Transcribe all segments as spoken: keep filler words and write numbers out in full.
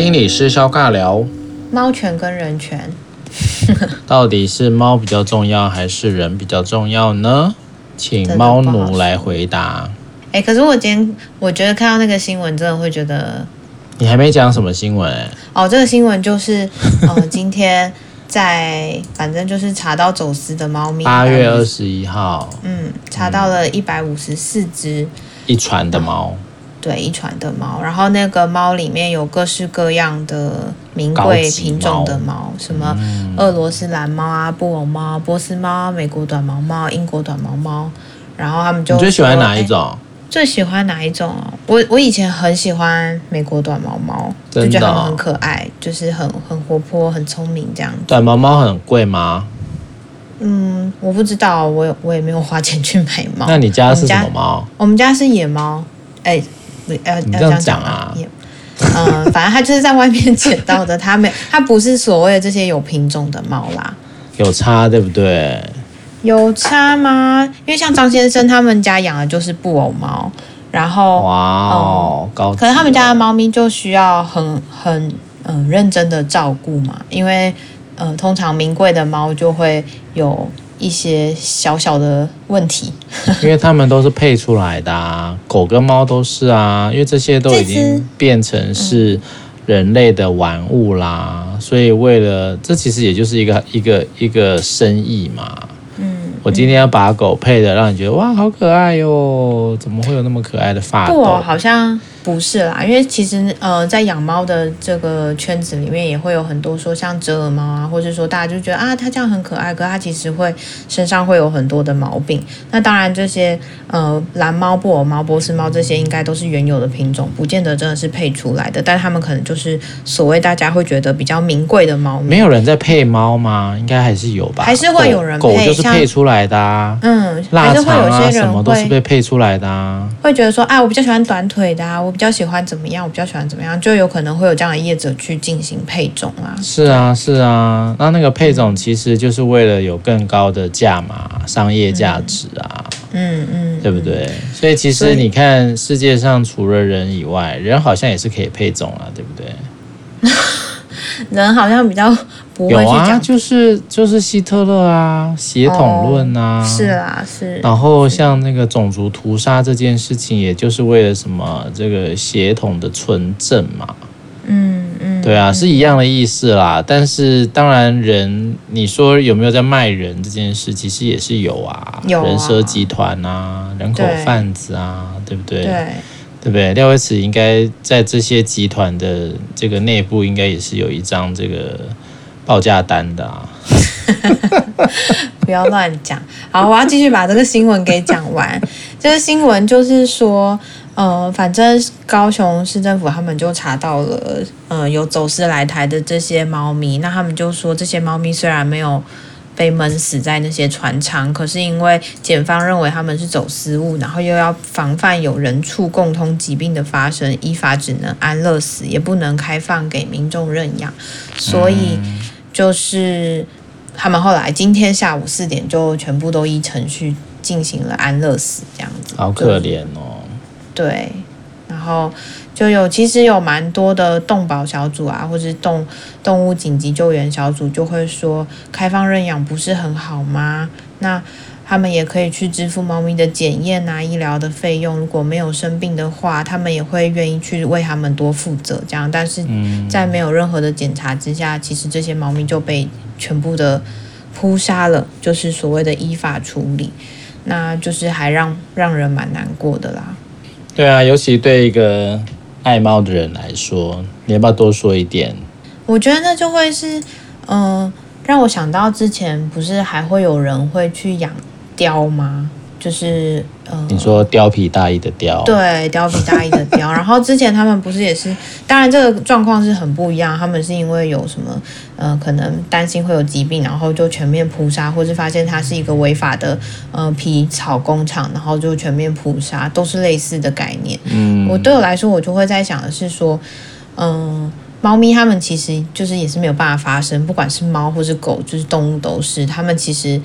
心理师肖尬聊， 猫权跟人权， 到底是猫比较重要还是人比较重要呢？请猫奴来回答。 哎、欸，可是我今天我觉得看到那个新闻，真的会觉得， 你还没讲什么新闻哎、欸？ 哦，这个新闻就是呃，今天在反正就是查到走私的猫咪， 八月二十一号， 嗯，查到了一百五十四只一船的猫。 对，一船的猫，然后那个猫里面有各式各样的名贵品种的猫，什么俄罗斯蓝猫啊、布偶猫、波斯猫、美国短毛猫、英国短毛猫，然后他们就你最喜欢哪一种？ 最喜欢哪一种哦？我我以前很喜欢美国短毛猫，就觉得它们很可爱，就是很很活泼、很聪明这样子。 短毛猫很贵吗？ 嗯，我不知道，我也我也没有花钱去买猫。 那你家是什么猫？ 我们家是野猫，哎。要你这样讲啊？ 嗯、呃，反正它就是在外面捡到的，它没，它不是所谓的这些有品种的猫啦。 有差对不对？ 有差吗？因为像张先生他们家养的就是布偶猫，然后哇哦，嗯、高级哦， 可能他们家的猫咪就需要很很嗯、呃、认真的照顾嘛，因为呃通常名贵的猫就会有一些小小的问题， 因为他们都是配出来的啊，狗跟猫都是啊，因为这些都已经变成是人类的玩物啦，嗯、所以为了这其实也就是一个一个一个生意嘛。嗯，我今天要把狗配的让你觉得哇好可爱哟，怎么会有那么可爱的发豆？不，好像不是啦，因为其实呃，在养猫的这个圈子里面，也会有很多说像折耳猫啊，或者说大家就觉得啊，它这样很可爱，可它其实会身上会有很多的毛病。那当然，这些呃蓝猫、布偶猫、波斯猫这些应该都是原有的品种，不见得真的是配出来的，但它们可能就是所谓大家会觉得比较名贵的猫咪。 没有人在配猫吗？应该还是有吧， 还是会有人配， 狗, 狗就是配出来的啊， 嗯， 腊肠啊还是会有些人什么都是被配出来的啊， 会觉得说啊，我比较喜欢短腿的啊，我比较喜欢怎么样，我比较喜欢怎么样，就有可能会有这样的业者去进行配种啊。 是啊，是啊，那那个配种其实就是为了有更高的价码、商业价值啊， 嗯嗯， 对不对？所以其实你看，世界上除了人以外，人好像也是可以配种啊，对不对？ 人好像比较不会去讲， 有啊，就是就是希特勒啊，血统论啊， 哦、是啦是。 然后像那个种族屠杀这件事情，也就是为了什么这个血统的纯正嘛， 嗯嗯， 对啊，是一样的意思啦。但是当然人，你说有没有在卖人这件事，其实也是有啊， 有啊， 人蛇集团啊，人口贩子啊， 对, 对不对？ 对。 对不对？廖伟慈应该在这些集团的这个内部，应该也是有一张这个报价单的啊。 不要乱讲。好，我要继续把这个新闻给讲完。这个新闻就是说，呃，反正高雄市政府他们就查到了，呃，有走私来台的这些猫咪。那他们就说，这些猫咪虽然没有被闷死在那些船舱，可是因为检方认为他们是走私物，然后又要防范有人畜共通疾病的发生，依法只能安乐死，也不能开放给民众认养，所以就是他们后来今天下午四点就全部都依程序进行了安乐死，这样子。 好可怜哦。 对，然后就有其实有蛮多的动保小组啊，或是动动物紧急救援小组就会说，开放认养不是很好吗？那他们也可以去支付猫咪的检验啊、医疗的费用，如果没有生病的话，他们也会愿意去为他们多负责这样。但是在没有任何的检查之下，其实这些猫咪就被全部的扑杀了，就是所谓的依法处理，那就是还让让人蛮难过的啦。 对啊，尤其对一个爱猫的人来说，你要不要多说一点？ 我觉得那就会是，嗯、呃，让我想到之前不是还会有人会去养貂吗？就是呃， 你说貂皮大衣的貂， 对，貂皮大衣的貂。然后之前他们不是也是，当然这个状况是很不一样，他们是因为有什么呃，可能担心会有疾病，然后就全面扑杀，或是发现它是一个违法的呃皮草工厂，然后就全面扑杀，都是类似的概念。嗯，我对我来说，我就会在想的是说，嗯、呃。猫咪它们其实就是也是没有办法发声，不管是猫或是狗，就是动物都是，它们其实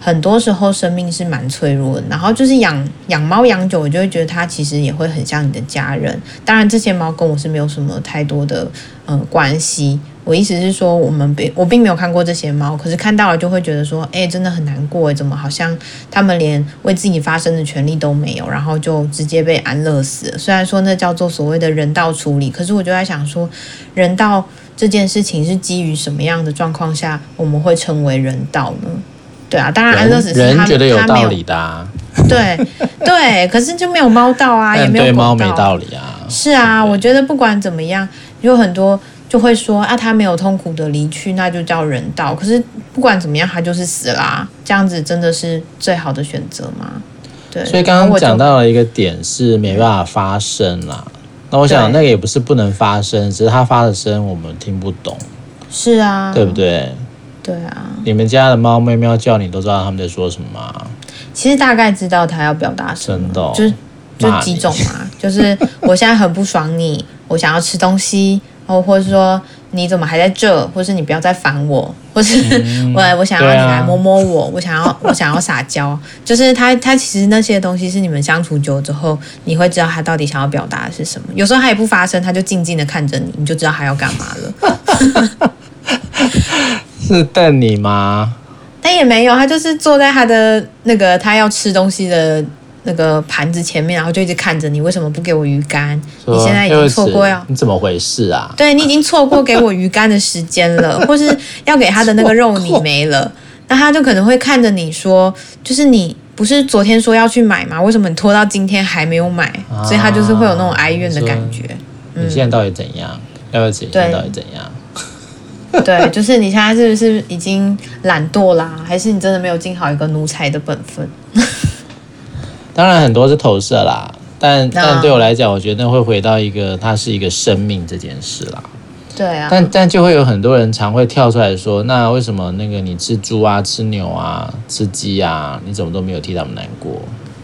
很多时候生命是蛮脆弱的。然后就是养养猫养久，我就会觉得它其实也会很像你的家人。当然，这些猫跟我是没有什么太多的呃关系。我意思是说，我们并我并没有看过这些猫，可是看到了就会觉得说，哎、欸，真的很难过，怎么好像他们连为自己发声的权利都没有，然后就直接被安乐死了。虽然说那叫做所谓的人道处理，可是我就在想说，人道这件事情是基于什么样的状况下我们会成为人道呢？对啊，当然安乐死是他人觉得有道理的啊。 对对，可是就没有猫道啊，也没有狗道。对猫没道理啊。 是啊，我觉得不管怎么样，有很多就会说啊，他没有痛苦的离去，那就叫人道。可是不管怎么样，他就是死啦，这样子真的是最好的选择吗？对。 所以刚刚讲到了一个点是没办法发声啦。那我想那个也不是不能发声，只是他发的声我们听不懂。 是啊， 对不对？ 对啊。 你们家的猫喵喵叫，你都知道他们在说什么吗？ 其实大概知道他要表达什么， 真的、哦、 就是就几种嘛，就是我现在很不爽你，我想要吃东西，哦，或者说你怎么还在这，或是你不要再烦我，或是、嗯、我我想要你来摸摸我，啊、我想要我想要撒娇，就是他他其实那些东西是你们相处久之后，你会知道他到底想要表达的是什么。有时候他也不发声，他就静静的看着你，你就知道他要干嘛了。 是瞪你吗？ 但也没有，他就是坐在他的那个他要吃东西的那个盘子前面，然后就一直看着你，为什么不给我鱼竿？你现在已经错过要你怎么回事啊？ 对，你已经错过给我鱼竿的时间了，或是要给他的那个肉你没了，那他就可能会看着你说，就是你不是昨天说要去买吗？为什么你拖到今天还没有买？啊、所以他就是会有那种哀怨的感觉。 你现在到底怎样？要不要解释到底怎样？ 对，就是你现在是不是已经懒惰啦，还是你真的没有尽好一个奴才的本分？ 当然很多是投射啦，但但对我来讲，我觉得会回到一个它是一个生命这件事啦。 对啊。 但但就会有很多人常会跳出来说，那为什么那个你吃猪啊、吃牛啊、吃鸡啊，你怎么都没有替他们难过？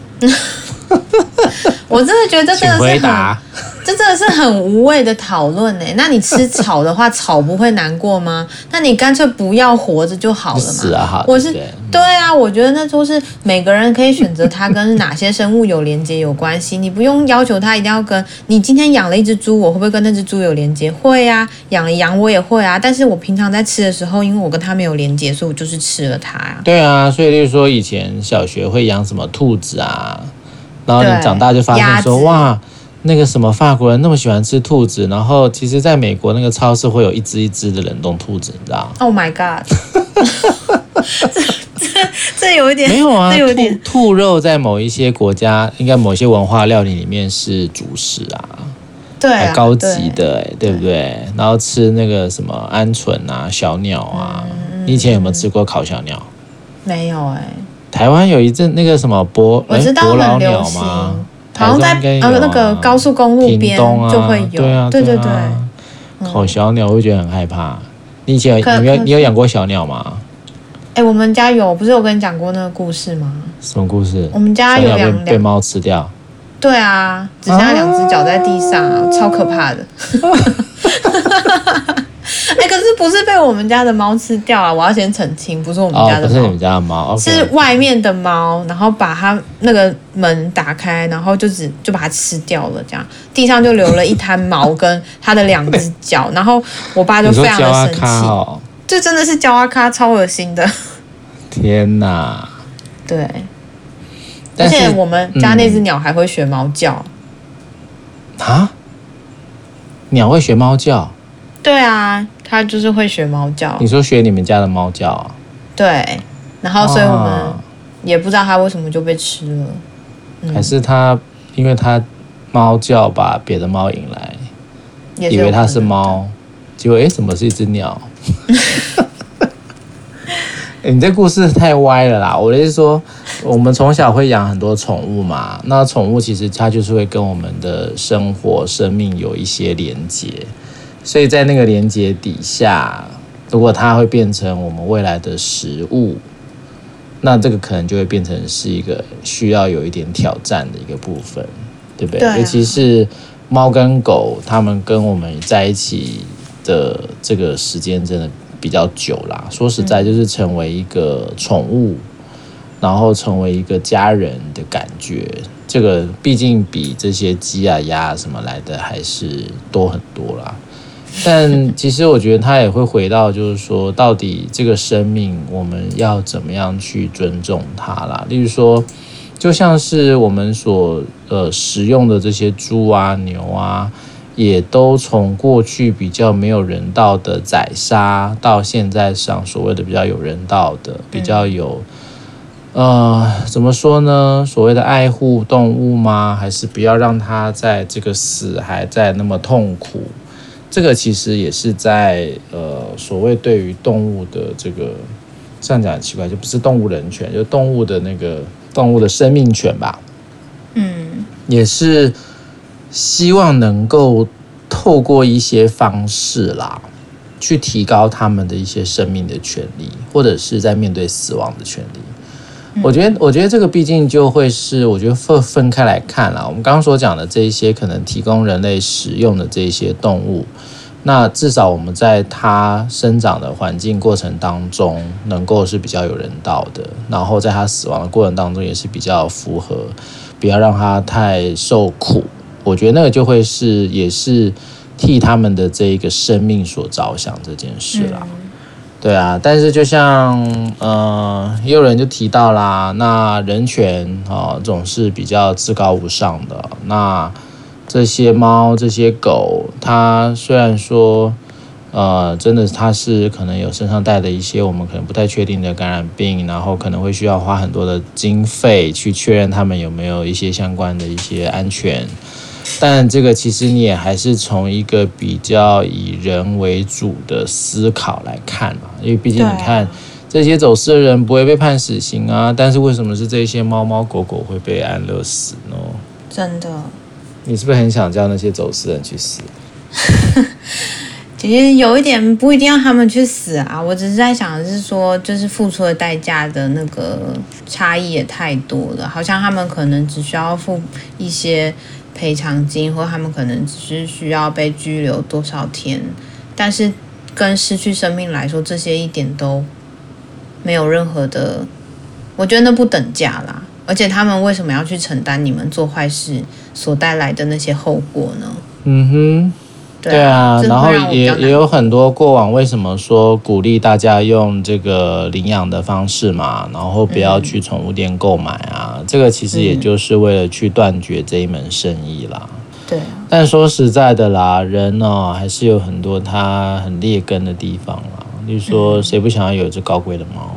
我真的觉得这真的是很，这真的是很无谓的讨论哎。那你吃草的话，草不会难过吗？那你干脆不要活着就好了嘛。 是啊， 我是对啊，我觉得那都是每个人可以选择它跟哪些生物有连接有关系。你不用要求它一定要跟你今天养了一只猪，我会不会跟那只猪有连接？会啊，养了羊我也会啊。但是我平常在吃的时候，因为我跟它没有连接，所以我就是吃了它啊。 对啊，所以例如说以前小学会养什么兔子啊。然后你长大就发现说，哇，那个什么法国人那么喜欢吃兔子，然后其实在美国那个超市会有一只一只的冷冻兔子，你知道 ？Oh my god！ 这这这有一点没有啊， 这有点兔兔肉在某一些国家，应该某些文化料理里面是主食啊， 对啊， 还高级的、欸，对不对？然后吃那个什么鹌鹑啊、小鸟啊，嗯、你以前有没有吃过烤小鸟？ 没有哎、欸。 台湾有一阵那个什么伯， 我知道伯劳很流鸟行， 吗？ 好像在呃那个高速公路边就会有， 对啊， 对对对。 烤小鸟我会觉得很害怕。你以前有你有你有养过小鸟吗？ 哎，我们家有，不是有跟你讲过那个故事吗？ 什么故事？ 我们家有养被被猫吃掉。 对啊，只剩下两只脚在地上、啊，超可怕的。哎、欸，可是不是被我们家的猫吃掉啊！我要先澄清，不是我们家的猫，哦、 不是你们家的猫， okay, 是外面的猫，然后把它那个门打开，然后就只就把它吃掉了，这样地上就留了一滩毛跟它的两只脚，然后我爸就非常的生气， 哦、 这真的是焦阿咖，超恶心的。 天哪！ 对，而且我们家那只鸟还会学猫叫。 啊、嗯？鸟会学猫叫？ 对啊，它就是会学猫叫。 你说学你们家的猫叫啊？ 对，然后所以我们也不知道它为什么就被吃了。 嗯、还是它因为它猫叫把别的猫引来，以为它是猫，结果哎，怎么是一只鸟？你这故事太歪了啦！我的意思说，我们从小会养很多宠物嘛，那宠物其实它就是会跟我们的生活、生命有一些连结。所以在那个连结底下，如果它会变成我们未来的食物，那这个可能就会变成是一个需要有一点挑战的一个部分，对不对？ 对啊、 尤其是猫跟狗，它们跟我们在一起的这个时间真的比较久啦。说实在，就是成为一个宠物， 然后成为一个家人的感觉，这个毕竟比这些鸡啊鸭什么来的还是多很多啦。但其实我觉得他也会回到，就是说，到底这个生命我们要怎么样去尊重它啦？例如说，就像是我们所呃食用的这些猪啊、牛啊，也都从过去比较没有人道的宰杀，到现在上所谓的比较有人道的、比较有呃怎么说呢？所谓的爱护动物吗？还是不要让它在这个死还在那么痛苦？这个其实也是在呃所谓对于动物的这个，这样讲很奇怪，就不是动物人权，就动物的那个动物的生命权吧。 嗯， 也是希望能够透过一些方式啦，去提高他们的一些生命的权利，或者是在面对死亡的权利。我觉得，我觉得这个毕竟就会是，我觉得分分开来看啦。我们刚刚所讲的这一些可能提供人类食用的这一些动物，那至少我们在它生长的环境过程当中，能够是比较有人道的，然后在它死亡的过程当中也是比较符合，不要让它太受苦。我觉得那个就会是，也是替他们的这一个生命所着想这件事啦。嗯对啊，但是就像呃，也有人就提到啦，那人权啊、哦、总是比较至高无上的。那这些猫、这些狗，它虽然说呃，真的它是可能有身上带的一些我们可能不太确定的感染病，然后可能会需要花很多的经费去确认它们有没有一些相关的一些安全。但这个其实你也还是从一个比较以人为主的思考来看嘛，因为毕竟你看、啊、这些走私的人不会被判死刑啊，但是为什么是这些猫猫狗狗会被安乐死呢？ 真的， 你是不是很想叫那些走私人去死？ 其实有一点不一定要他们去死啊，我只是在想的是说，就是付出的代价的那个差异也太多了，好像他们可能只需要付一些赔偿金，或他们可能只是需要被拘留多少天，但是跟失去生命来说，这些一点都没有任何的，我觉得那不等价啦。而且他们为什么要去承担你们做坏事所带来的那些后果呢？ 嗯哼。对啊，然后也也有很多过往为什么说鼓励大家用这个领养的方式嘛，然后不要去宠物店购买啊、嗯，这个其实也就是为了去断绝这一门生意啦。 对、啊， 但说实在的啦，人哦还是有很多他很劣根的地方啦，例如说谁不想要有一只高贵的猫？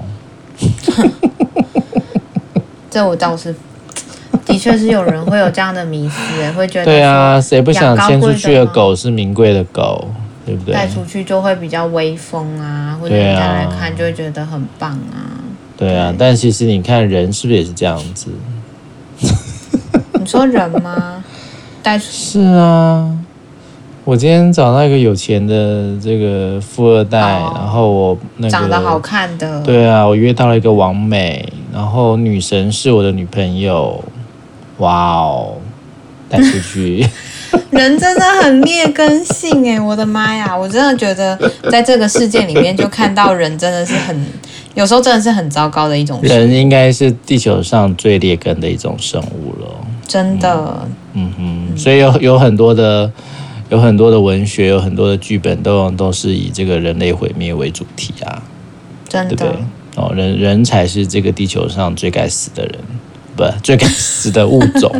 这我倒是。的确是有人会有这样的迷思，会觉得对啊，谁不想牵出去的狗是名贵的狗，对不对？ 带出去就会比较威风啊，或者人家来看就会觉得很棒啊。 对啊，对但其实你看人是不是也是这样子？ 你说人吗？带出是啊，我今天找到一个有钱的这个富二代，哦、然后我那个长得好看的， 对啊，我约到了一个网美，然后女神是我的女朋友。哇哦，带出去人真的很劣根性哎！我的妈呀，我真的觉得在这个事件里面就看到人真的是很，有时候真的是很糟糕的一种人，应该是地球上最劣根的一种生物了。 真的， 嗯哼，嗯所以有有很多的有很多的文学，有很多的剧本都都是以这个人类毁灭为主题啊， 真的， 对不对？哦，人人才是这个地球上最该死的人。不，最该死的物种，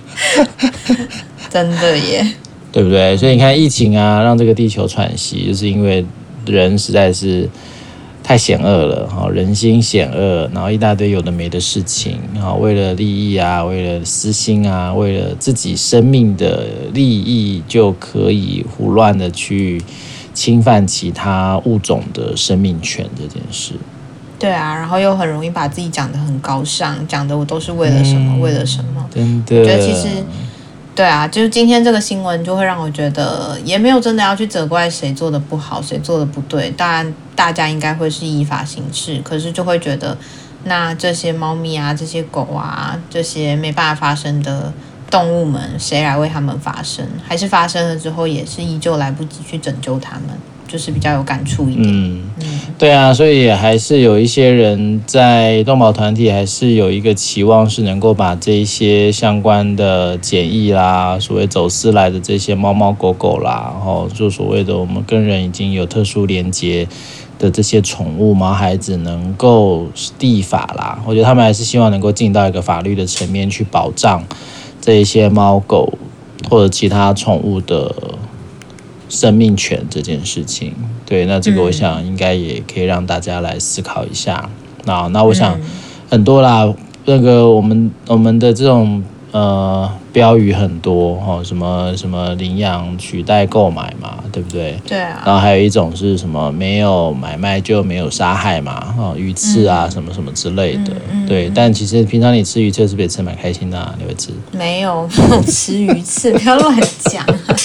真的耶， 对不对？所以你看疫情啊，让这个地球喘息，就是因为人实在是太险恶了，人心险恶，然后一大堆有的没的事情，为了利益啊，为了私心啊，为了自己生命的利益，就可以胡乱的去侵犯其他物种的生命权这件事。 对啊，然后又很容易把自己讲得很高尚，讲的我都是为了什么、嗯、为了什么。 真的， 我觉得其实对啊，就是今天这个新闻就会让我觉得也没有真的要去责怪谁做的不好，谁做的不对，当然大家应该会是依法行事，可是就会觉得那这些猫咪啊，这些狗啊，这些没办法发生的动物们，谁来为他们发声？还是发生了之后也是依旧来不及去拯救他们，就是比较有感触一点。 嗯， 对啊，所以还是有一些人在动保团体还是有一个期望，是能够把这一些相关的检疫啦，所谓走私来的这些猫猫狗狗啦，然后就所谓的我们跟人已经有特殊连结的这些宠物毛孩子能够立法啦。我觉得他们还是希望能够进到一个法律的层面去保障这一些猫狗或者其他宠物的生命权这件事情。对，那这个我想应该也可以让大家来思考一下。那那我想很多啦，那个我们我们的这种呃标语很多哦，什么什么领养取代购买嘛，对不对？ 对啊。 然后还有一种是什么没有买卖就没有杀害嘛，哦，鱼刺啊、嗯、什么什么之类的。嗯嗯、对，但其实平常你吃鱼刺是不是也吃蛮开心的啊？你会吃？ 没有，没有吃鱼刺，不要乱讲。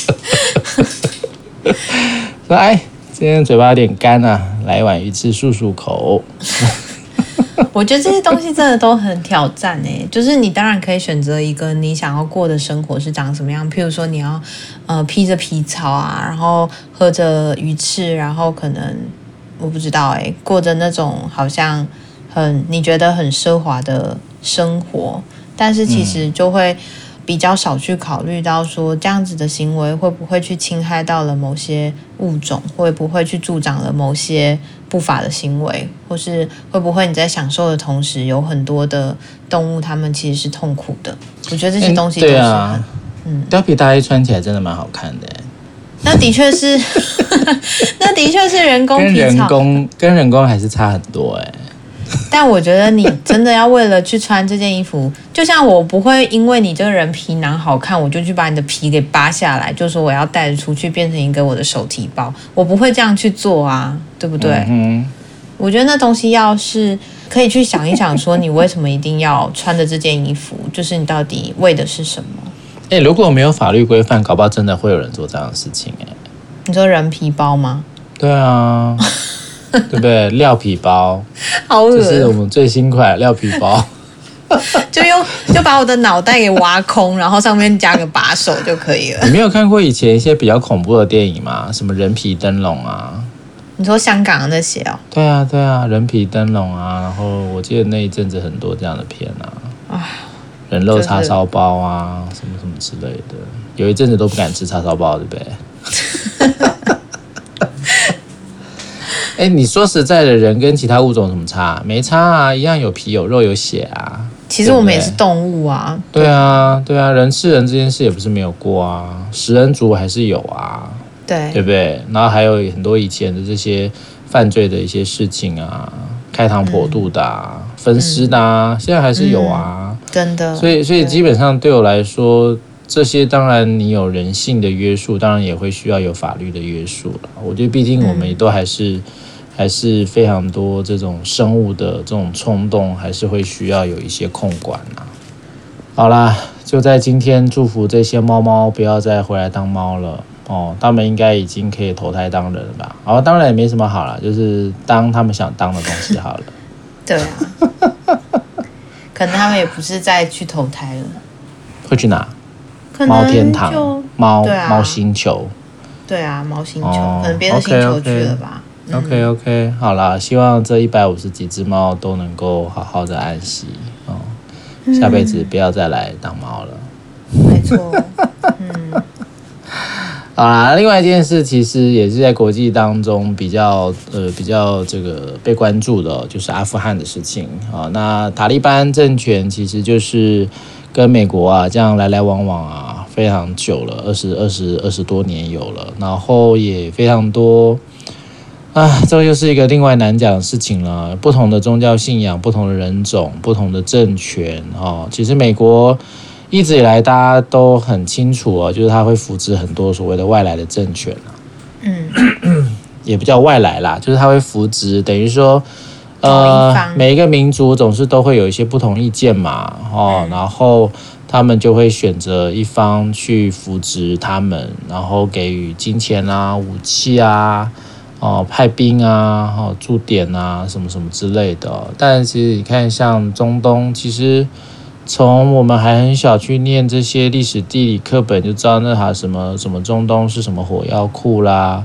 说哎。今天嘴巴有点干啊，来一碗鱼翅漱漱口。 我觉得这些东西真的都很挑战欸，就是你当然可以选择一个你想要过的生活是长什么样，譬如说你要呃披着皮草啊，然后喝着鱼翅，然后可能我不知道欸，过着那种好像很你觉得很奢华的生活，但是其实就会比较少去考虑到说这样子的行为会不会去侵害到了某些物种，会不会去助长了某些不法的行为，或是会不会你在享受的同时有很多的动物它们其实是痛苦的。我觉得这些东西都是很、欸啊、 嗯，貂皮大衣穿起来真的蛮好看的。 那的确是那的确是人工皮草， 跟人工跟人工还是差很多哎。 但我觉得你真的要为了去穿这件衣服，就像我不会因为你这个人皮囊好看，我就去把你的皮给扒下来，就说我要带着出去变成一个我的手提包，我不会这样去做啊，对不对？嗯，我觉得那东西要是可以去想一想，说你为什么一定要穿着这件衣服，就是你到底为的是什么？ 哎、欸，如果没有法律规范，搞不好真的会有人做这样的事情哎、欸。 你说人皮包吗？ 对啊。对不对？料皮包， 好恶， 这是我们最新款料皮包， 就用就把我的脑袋给挖空，然后上面加个把手就可以了。 你没有看过以前一些比较恐怖的电影吗？什么人皮灯笼啊？ 你说香港的那些哦？ 对啊，对啊，人皮灯笼啊，然后我记得那一阵子很多这样的片啊，啊，人肉叉烧包啊，就是、什么什么之类的，有一阵子都不敢吃叉烧包，对不对？哎，你说实在的，人跟其他物种有什么差？没差啊，一样有皮有肉有血啊。 其实我们也是动物啊。 对啊，对啊，人吃人这件事也不是没有过啊，食人族还是有啊。 对， 对不对？然后还有很多以前的这些犯罪的一些事情啊，开膛破肚的、啊嗯、分尸的啊、嗯，现在还是有啊。 嗯、真的。 所以，所以基本上对我来说。这些当然你有人性的约束，当然也会需要有法律的约束了。我觉得毕竟我们也都还是、嗯、还是非常多这种生物的这种冲动，还是会需要有一些控管啊。好啦，就在今天祝福这些猫猫不要再回来当猫了哦，他们应该已经可以投胎当人了吧？哦，当然也没什么好啦，就是当他们想当的东西好了。 对啊，可能他们也不是再去投胎了， 会去哪？猫天堂、猫、啊、猫星球， 对啊，猫星球，哦、可能别的星球去了吧。 OK OK，, okay、嗯、好啦，希望这一百五十几只猫都能够好好的安息哦，嗯、下辈子不要再来当猫了。 没错，嗯。 好啦，另外一件事其实也是在国际当中比较呃比较这个被关注的、哦，就是阿富汗的事情啊、哦。那塔利班政权其实就是跟美国啊这样来来往往啊非常久了，二十二十二十多年有了，然后也非常多啊，这个又是一个另外难讲的事情了。不同的宗教信仰、不同的人种、不同的政权哦，其实美国。一直以来，大家都很清楚哦，就是他会扶植很多所谓的外来的政权啊，嗯，也不叫外来啦，就是他会扶植，等于说，呃，每一个民族总是都会有一些不同意见嘛，哦，嗯、然后他们就会选择一方去扶植他们，然后给予金钱啊、武器啊、哦派兵啊、哦驻点啊什么什么之类的、哦。但其实你看，像中东，其实。从我们还很小去念这些历史地理课本就知道那哈什么什么中东是什么火药库啦，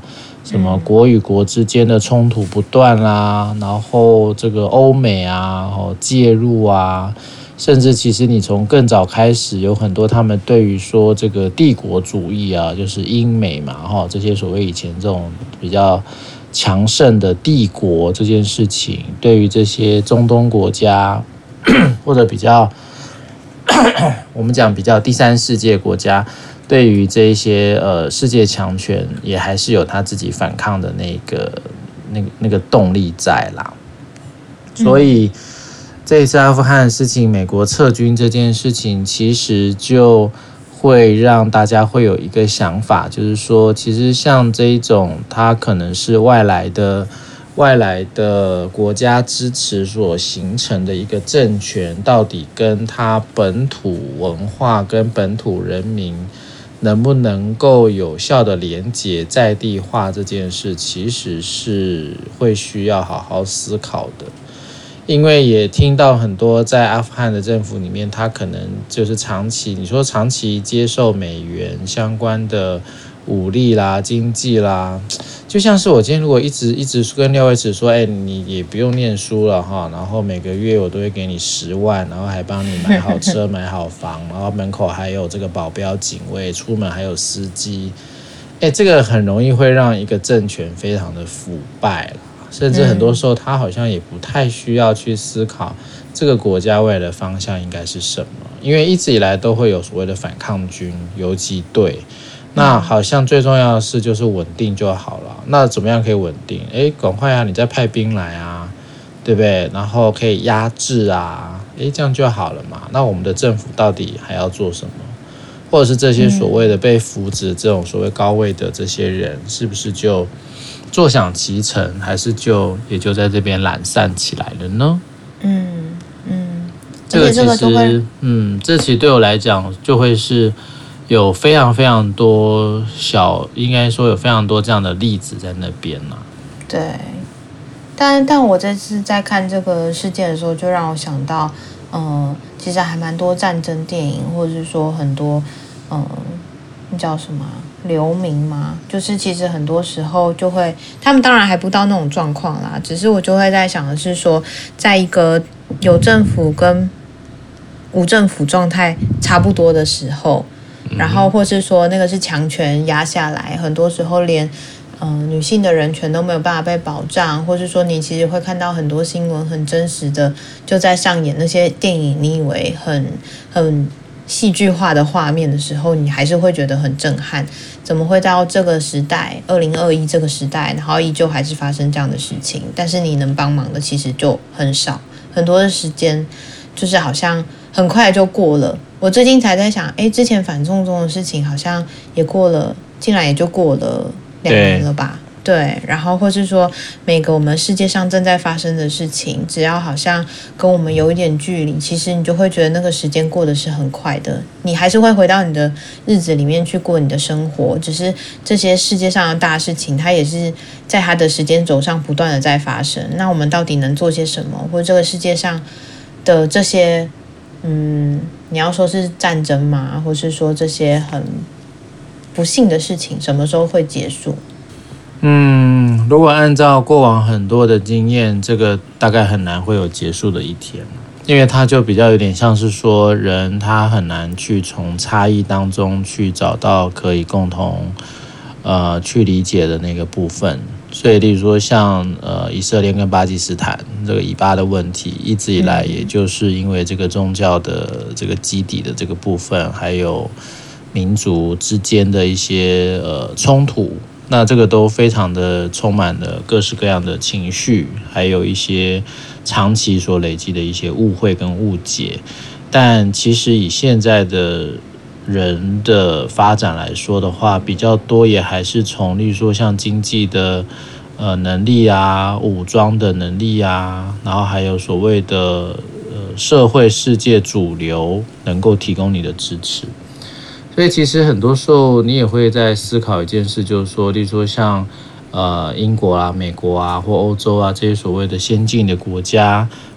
什么国与国之间的冲突不断啦，然后这个欧美啊介入啊，甚至其实你从更早开始有很多他们对于说这个帝国主义啊，就是英美嘛这些所谓以前这种比较强盛的帝国这件事情，对于这些中东国家或者比较我们讲比较第三世界国家，对于这一些呃世界强权也还是有他自己反抗的那个那个那个动力在啦。所以这一次阿富汗的事情，美国撤军这件事情，其实就会让大家会有一个想法，就是说，其实像这一种，它可能是外来的。外来的国家支持所形成的一个政权，到底跟它本土文化跟本土人民能不能够有效的连结在地化这件事，其实是会需要好好思考的。因为也听到很多在阿富汗的政府里面，他可能就是长期，你说长期接受美元相关的武力啦、经济啦，就像是我今天如果一直一直跟廖伟慈说，哎、欸，你也不用念书了哈，然后每个月我都会给你十万，然后还帮你买好车、买好房，然后门口还有这个保镖、警卫，出门还有司机，哎、欸，这个很容易会让一个政权非常的腐败了。甚至很多时候，他好像也不太需要去思考这个国家未来的方向应该是什么，因为一直以来都会有所谓的反抗军、游击队，那好像最重要的是就是稳定就好了。那怎么样可以稳定？哎，赶快啊，你再派兵来啊，对不对？然后可以压制啊，哎，这样就好了嘛。那我们的政府到底还要做什么？或者是这些所谓的被扶植这种所谓高位的这些人，是不是就坐享其成，还是就也就在这边懒散起来了呢？ 嗯嗯， 这个其实，嗯，这其实对我来讲，就会是有非常非常多小，应该说有非常多这样的例子在那边呢、啊。 对，但但我这次在看这个事件的时候，就让我想到，嗯、呃，其实还蛮多战争电影，或者是说很多，嗯、呃，那叫什么？流民嘛，就是其实很多时候就会，他们当然还不到那种状况啦，只是我就会在想的是说，在一个有政府跟无政府状态差不多的时候，然后或是说那个是强权压下来，很多时候连嗯、呃、女性的人权都没有办法被保障，或是说你其实会看到很多新闻很真实的就在上演那些电影，你以为很很戏剧化的画面的时候，你还是会觉得很震撼。怎么会到这个时代二零二一这个时代，然后依旧还是发生这样的事情，但是你能帮忙的其实就很少，很多的时间就是好像很快就过了。我最近才在想，哎，之前反送中的事情好像也过了，竟然也就过了两年了吧。对，然后或是说每个我们世界上正在发生的事情，只要好像跟我们有一点距离，其实你就会觉得那个时间过得是很快的，你还是会回到你的日子里面去过你的生活，只是这些世界上的大事情它也是在它的时间轴上不断的在发生。那我们到底能做些什么，或者这个世界上的这些嗯，你要说是战争嘛，或是说这些很不幸的事情什么时候会结束？ 嗯，如果按照过往很多的经验，这个大概很难会有结束的一天，因为它就比较有点像是说人他很难去从差异当中去找到可以共同呃去理解的那个部分。所以例如说像呃以色列跟巴基斯坦这个以巴的问题，一直以来也就是因为这个宗教的这个基底的这个部分，还有民族之间的一些呃冲突，那这个都非常的充满了各式各样的情绪，还有一些长期所累积的一些误会跟误解。但其实以现在的人的发展来说的话，比较多也还是从例如说像经济的呃能力啊、武装的能力啊，然后还有所谓的呃社会世界主流能够提供你的支持。所以其实很多时候你也会在思考一件事，就是说，例如说像呃英国啊、美国啊或欧洲啊这些所谓的先进的国家，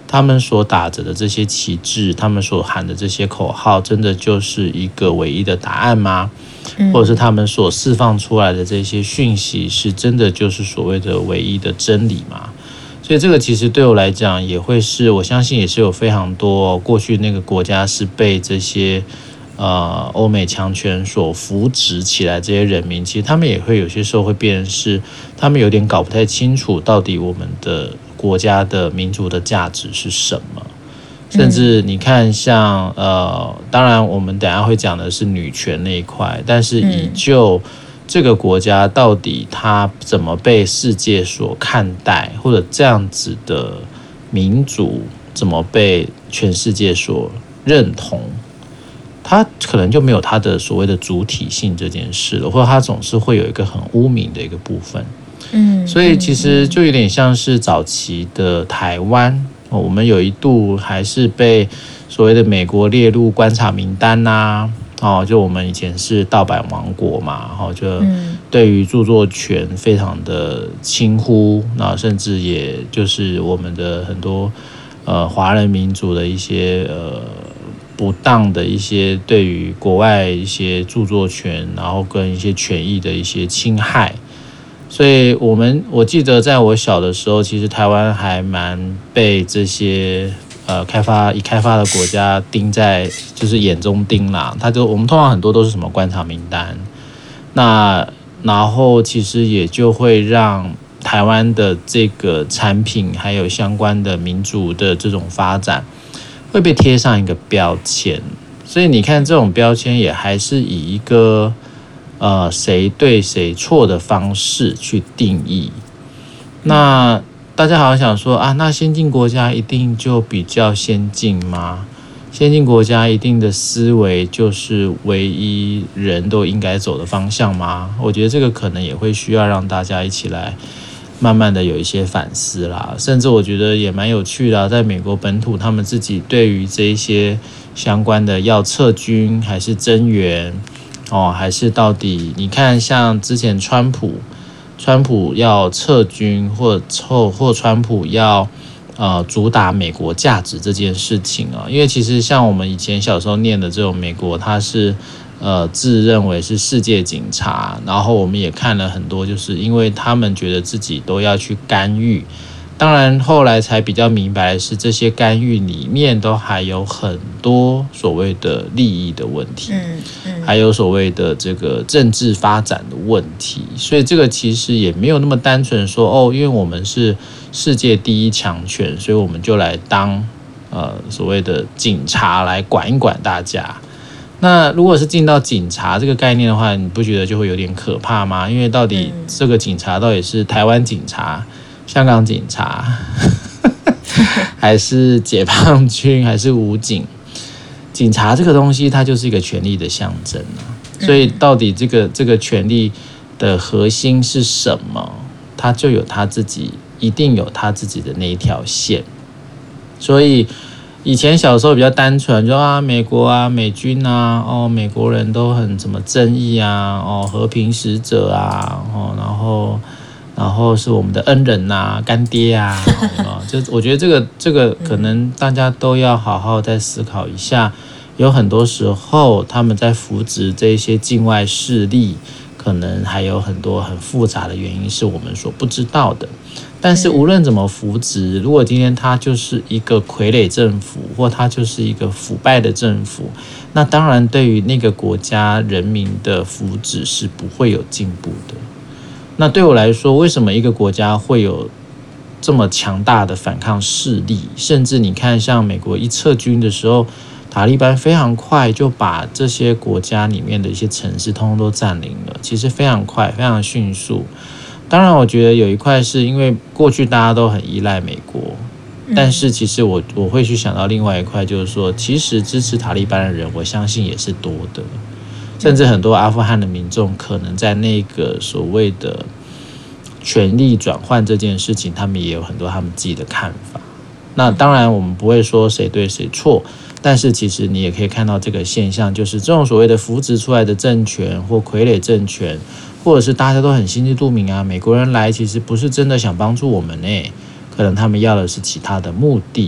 他们所打着的这些旗帜，他们所喊的这些口号，真的就是一个唯一的答案吗？或者是他们所释放出来的这些讯息，是真的就是所谓的唯一的真理吗？所以这个其实对我来讲，也会是我相信也是有非常多过去那个国家是被这些呃欧美强权所扶植起来，这些人民其实他们也会有些时候会变成是他们有点搞不太清楚到底我们的国家的民族的价值是什么，甚至你看像呃，当然我们等一下会讲的是女权那一块，但是以就这个国家到底它怎么被世界所看待，或者这样子的民族怎么被全世界所认同，它可能就没有它的所谓的主体性这件事了，或者它总是会有一个很污名的一个部分。嗯，所以其实就有点像是早期的台湾，我们有一度还是被所谓的美国列入观察名单呐、啊，哦，就我们以前是盗版王国嘛，哦，就对于著作权非常的轻忽，那甚至也就是我们的很多呃华人民族的一些呃不当的一些对于国外一些著作权，然后跟一些权益的一些侵害。所以我们我记得在我小的时候，其实台湾还蛮被这些呃开发已开发的国家盯在就是眼中盯啦。他就我们通常很多都是什么观察名单，那然后其实也就会让台湾的这个产品还有相关的民族的这种发展会被贴上一个标签。所以你看这种标签也还是以一个呃，谁对谁错的方式去定义。那大家好像想说啊，那先进国家一定就比较先进吗？先进国家一定的思维就是唯一人都应该走的方向吗？我觉得这个可能也会需要让大家一起来慢慢的有一些反思啦。甚至我觉得也蛮有趣的、啊，在美国本土他们自己对于这一些相关的要撤军还是增援哦，还是到底你看，像之前川普，川普要撤军，或或或川普要呃主打美国价值这件事情啊，因为其实像我们以前小时候念的这种美国，它是呃自认为是世界警察，然后我们也看了很多，就是因为他们觉得自己都要去干预。当然后来才比较明白的是，这些干预里面都还有很多所谓的利益的问题，嗯嗯、还有所谓的这个政治发展的问题，所以这个其实也没有那么单纯说哦，因为我们是世界第一强权，所以我们就来当呃所谓的警察来管一管大家。那如果是进到警察这个概念的话，你不觉得就会有点可怕吗？因为到底这个警察到底是台湾警察、香港警察还是解放军还是武警？警察这个东西它就是一个权力的象征啊，所以到底这个这个权力的核心是什么？它就有它自己，一定有它自己的那一条线。所以以前小时候比较单纯，就啊美国啊美军啊，哦美国人都很什么正义啊，哦和平使者啊，哦然后。然后是我们的恩人啊，干爹啊，就我觉得这个这个可能大家都要好好再思考一下。有很多时候他们在扶植这些境外势力，可能还有很多很复杂的原因是我们所不知道的。但是无论怎么扶植，如果今天他就是一个傀儡政府，或他就是一个腐败的政府，那当然对于那个国家人民的福祉是不会有进步的。那对我来说，为什么一个国家会有这么强大的反抗势力？甚至你看，像美国一撤军的时候，塔利班非常快就把这些国家里面的一些城市通通都占领了，其实非常快，非常迅速。当然，我觉得有一块是因为过去大家都很依赖美国，但是其实我我会去想到另外一块，就是说，其实支持塔利班的人，我相信也是多的。甚至很多阿富汗的民众可能在那个所谓的权力转换这件事情，他们也有很多他们自己的看法。那当然我们不会说谁对谁错，但是其实你也可以看到这个现象，就是这种所谓的扶植出来的政权或傀儡政权，或者是大家都很心知肚明啊，美国人来其实不是真的想帮助我们耶，可能他们要的是其他的目的。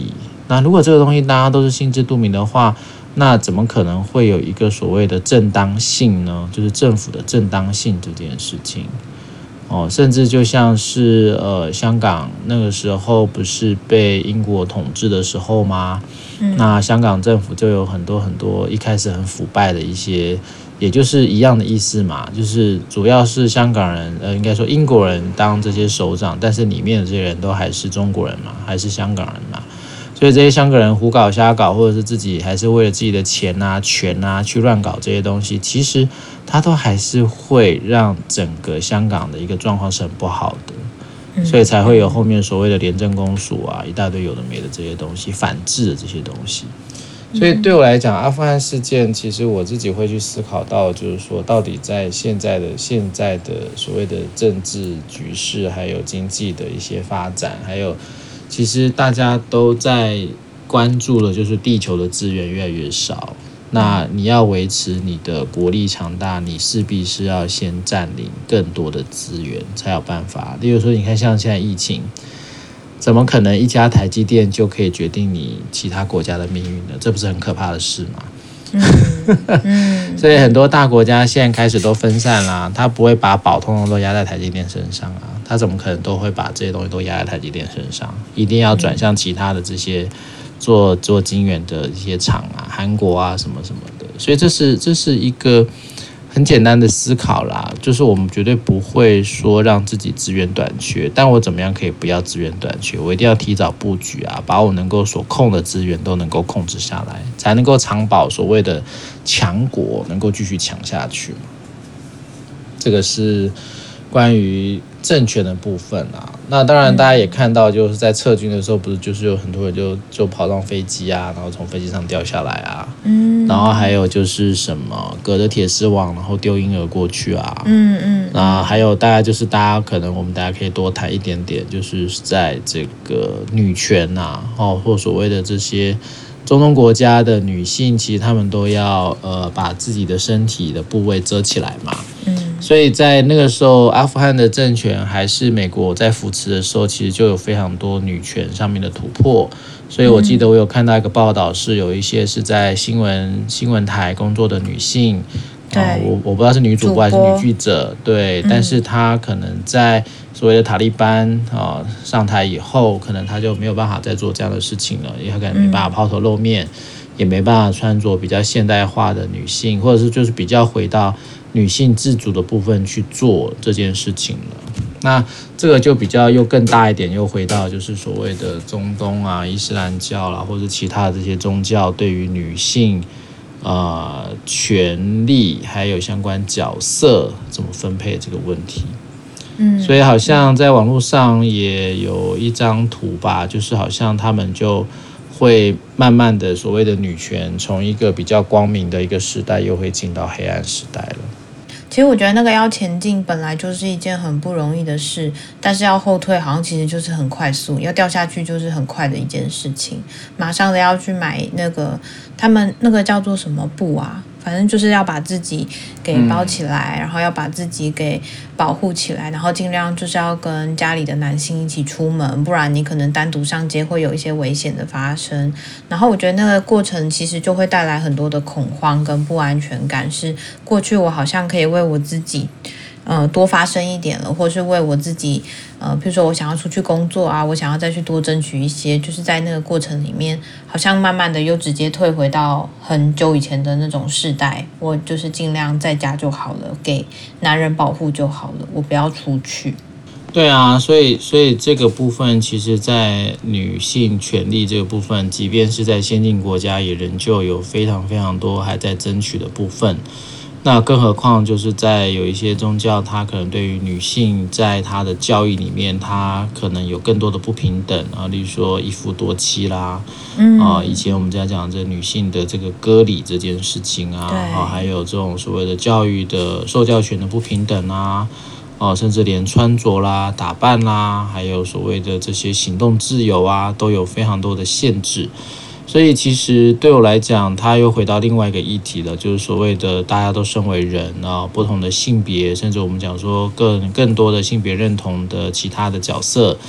那如果这个东西大家都是心知肚明的话，那怎么可能会有一个所谓的正当性呢？就是政府的正当性这件事情。哦，甚至就像是呃香港那个时候不是被英国统治的时候吗？嗯、那香港政府就有很多很多一开始很腐败的一些，也就是一样的意思嘛，就是主要是香港人，呃，应该说英国人当这些首长，但是里面的这些人都还是中国人嘛，还是香港人嘛。所以这些香港人胡搞瞎搞，或者是自己还是为了自己的钱啊、权啊去乱搞这些东西，其实他都还是会让整个香港的一个状况是很不好的，所以才会有后面所谓的廉政公署啊，一大堆有的没的这些东西，反制的这些东西。所以对我来讲，阿富汗事件其实我自己会去思考到，就是说到底在现在的现在的所谓的政治局势，还有经济的一些发展，还有其实大家都在关注的就是地球的资源越来越少，那你要维持你的国力强大，你势必是要先占领更多的资源才有办法。例如说你看像现在疫情，怎么可能一家台积电就可以决定你其他国家的命运呢？这不是很可怕的事吗？嗯、所以很多大国家现在开始都分散啦，他不会把宝通通都压在台积电身上啊，他怎么可能都会把这些东西都压在台积电身上？一定要转向其他的这些做做晶圆的一些厂啊，韩国啊什么什么的。所以这是这是一个很简单的思考啦，就是我们绝对不会说让自己资源短缺，但我怎么样可以不要资源短缺？我一定要提早布局啊，把我能够所控的资源都能够控制下来，才能够长保所谓的强国能够继续强下去。这个是关于政权的部分啊。那当然大家也看到，就是在撤军的时候，不是就是有很多人就就跑上飞机啊，然后从飞机上掉下来啊，嗯，然后还有就是什么隔着铁丝网，然后丢婴儿过去啊，嗯嗯，那还有大概就是大家可能我们大家可以多谈一点点，就是在这个女权啊，哦，或所谓的这些中东国家的女性，其实她们都要呃把自己的身体的部位遮起来嘛，嗯。所以在那个时候，阿富汗的政权还是美国在扶持的时候，其实就有非常多女权上面的突破。所以我记得我有看到一个报道，是有一些是在新闻新闻台工作的女性，对、呃，我我不知道是女主播还是女记者，对，嗯、但是她可能在所谓的塔利班啊、呃、上台以后，可能她就没有办法再做这样的事情了，因为她可能没办法抛头露面，嗯、也没办法穿着比较现代化的女性，或者是就是比较回到女性自主的部分去做这件事情了。那这个就比较又更大一点，又回到就是所谓的中东啊、伊斯兰教啦，或者其他的这些宗教对于女性呃权利还有相关角色怎么分配这个问题。嗯，所以好像在网络上也有一张图吧，就是好像他们就会慢慢的所谓的女权从一个比较光明的一个时代，又会进到黑暗时代了。 其实我觉得那个要前进本来就是一件很不容易的事，但是要后退好像其实就是很快速，要掉下去就是很快的一件事情。马上的要去买那个他们那个叫做什么布啊，反正就是要把自己给包起来、嗯、然后要把自己给保护起来，然后尽量就是要跟家里的男性一起出门，不然你可能单独上街会有一些危险的发生。然后我觉得那个过程其实就会带来很多的恐慌跟不安全感，是过去我好像可以为我自己呃多发声一点了，或是为我自己呃比如说我想要出去工作啊，我想要再去多争取一些，就是在那个过程里面好像慢慢的又直接退回到很久以前的那种世代，我就是尽量在家就好了，给男人保护就好了，我不要出去。 对啊，所以所以这个部分其实在女性权利这个部分，即便是在先进国家也仍旧有非常非常多还在争取的部分。那更何况就是在有一些宗教，它可能对于女性在她的教育里面，她可能有更多的不平等啊，例如说一夫多妻啦，嗯啊，以前我们在讲这女性的这个割礼这件事情啊，啊，还有这种所谓的教育的受教权的不平等啊，哦，甚至连穿着啦、打扮啦，还有所谓的这些行动自由啊，都有非常多的限制。所以其实对我来讲，它又回到另外一个议题了，就是所谓的大家都身为人啊，不同的性别，甚至我们讲说更更多的性别认同的其他的角色，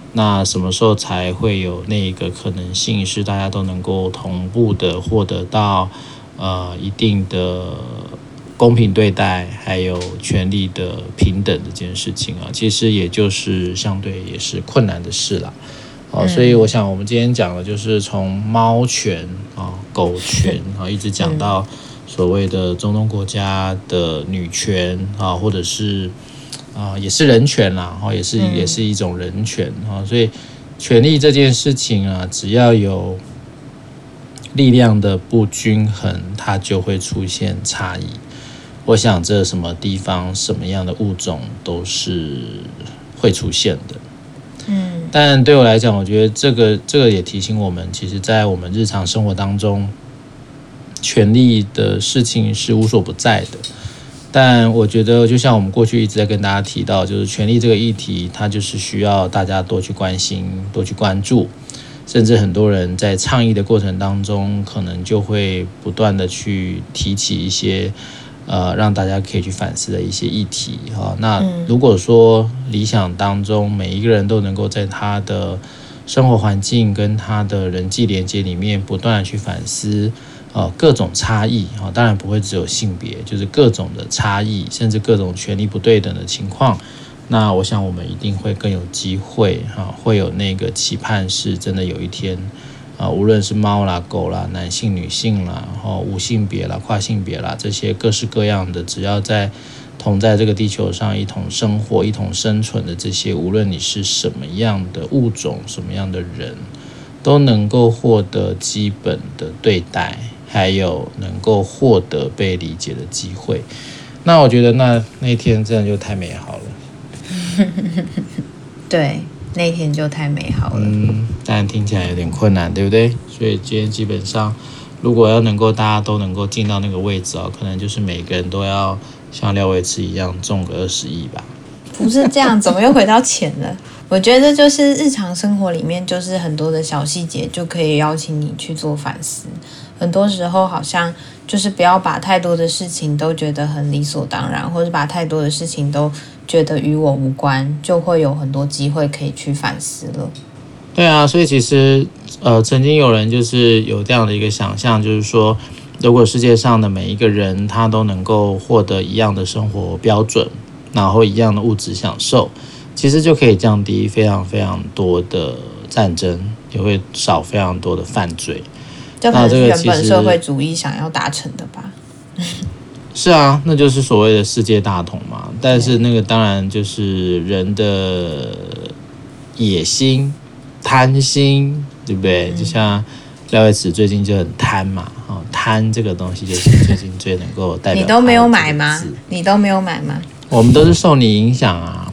那什么时候才会有那个可能性是大家都能够同步的获得到呃一定的公平对待，还有权利的平等这件事情啊，其实也就是相对也是困难的事啦。哦，所以我想我们今天讲的就是从猫权啊、狗权啊，一直讲到所谓的中东国家的女权啊，或者是啊、呃、也是人权啦，哦也是也是一种人权啊，所以权利这件事情啊，只要有力量的不均衡，它就会出现差异。我想这什么地方什么样的物种都是会出现的。嗯，但对我来讲，我觉得这个这个也提醒我们，其实在我们日常生活当中，权力的事情是无所不在的。但我觉得就像我们过去一直在跟大家提到，就是权力这个议题，它就是需要大家多去关心，多去关注，甚至很多人在倡议的过程当中，可能就会不断的去提起一些呃，让大家可以去反思的一些议题哈。那如果说理想当中每一个人都能够在他的生活环境跟他的人际连接里面不断的去反思呃各种差异啊，当然不会只有性别，就是各种的差异，甚至各种权力不对等的情况。那我想我们一定会更有机会哈，会有那个期盼是真的有一天。啊，无论是猫啦、狗啦、男性、女性啦、哦、无性别啦、跨性别啦，这些各式各样的，只要在同在这个地球上一同生活、一同生存的这些，无论你是什么样的物种、什么样的人，都能够获得基本的对待，还有能够获得被理解的机会。那我觉得那那天真的就太美好了。 对。那天就太美好了， 嗯，但听起来有点困难，对不对？所以今天基本上，如果要能够大家都能够进到那个位置哦，可能就是每个人都要像廖维慈一样中个二十亿吧。 不是这样，怎么又回到钱了？我觉得就是日常生活里面，就是很多的小细节就可以邀请你去做反思。很多时候好像就是不要把太多的事情都觉得很理所当然，或者把太多的事情都觉得与我无关，就会有很多机会可以去反思了。 对啊，所以其实呃，曾经有人就是有这样的一个想象，就是说，如果世界上的每一个人他都能够获得一样的生活标准，然后一样的物质享受，其实就可以降低非常非常多的战争，也会少非常多的犯罪。 这可能是原本社会主义想要达成的吧。 是啊，那就是所谓的世界大同嘛。但是那个当然就是人的野心、贪心，对不对？嗯、就像廖维慈最近就很贪嘛，哦，贪这个东西就是最近最能够代表。 你都没有买吗？你都没有买吗？ 我们都是受你影响啊。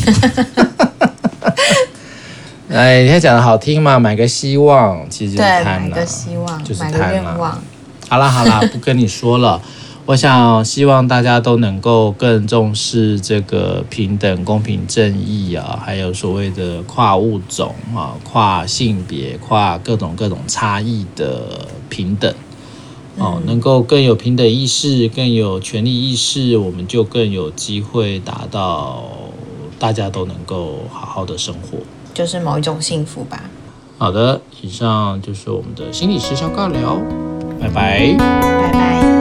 哎，你讲的好听嘛，买个希望，其实就是贪啦， 买个希望， 就是买个愿望。 好啦好啦，不跟你说了。我想希望大家都能够更重视这个平等、公平、正义啊，还有所谓的跨物种啊、跨性别、跨各种各种差异的平等。哦， 嗯、 能够更有平等意识，更有权利意识，我们就更有机会达到大家都能够好好的生活。 就是某一种幸福吧。 好的，以上就是我们的心理师小尬聊，拜拜， 拜拜。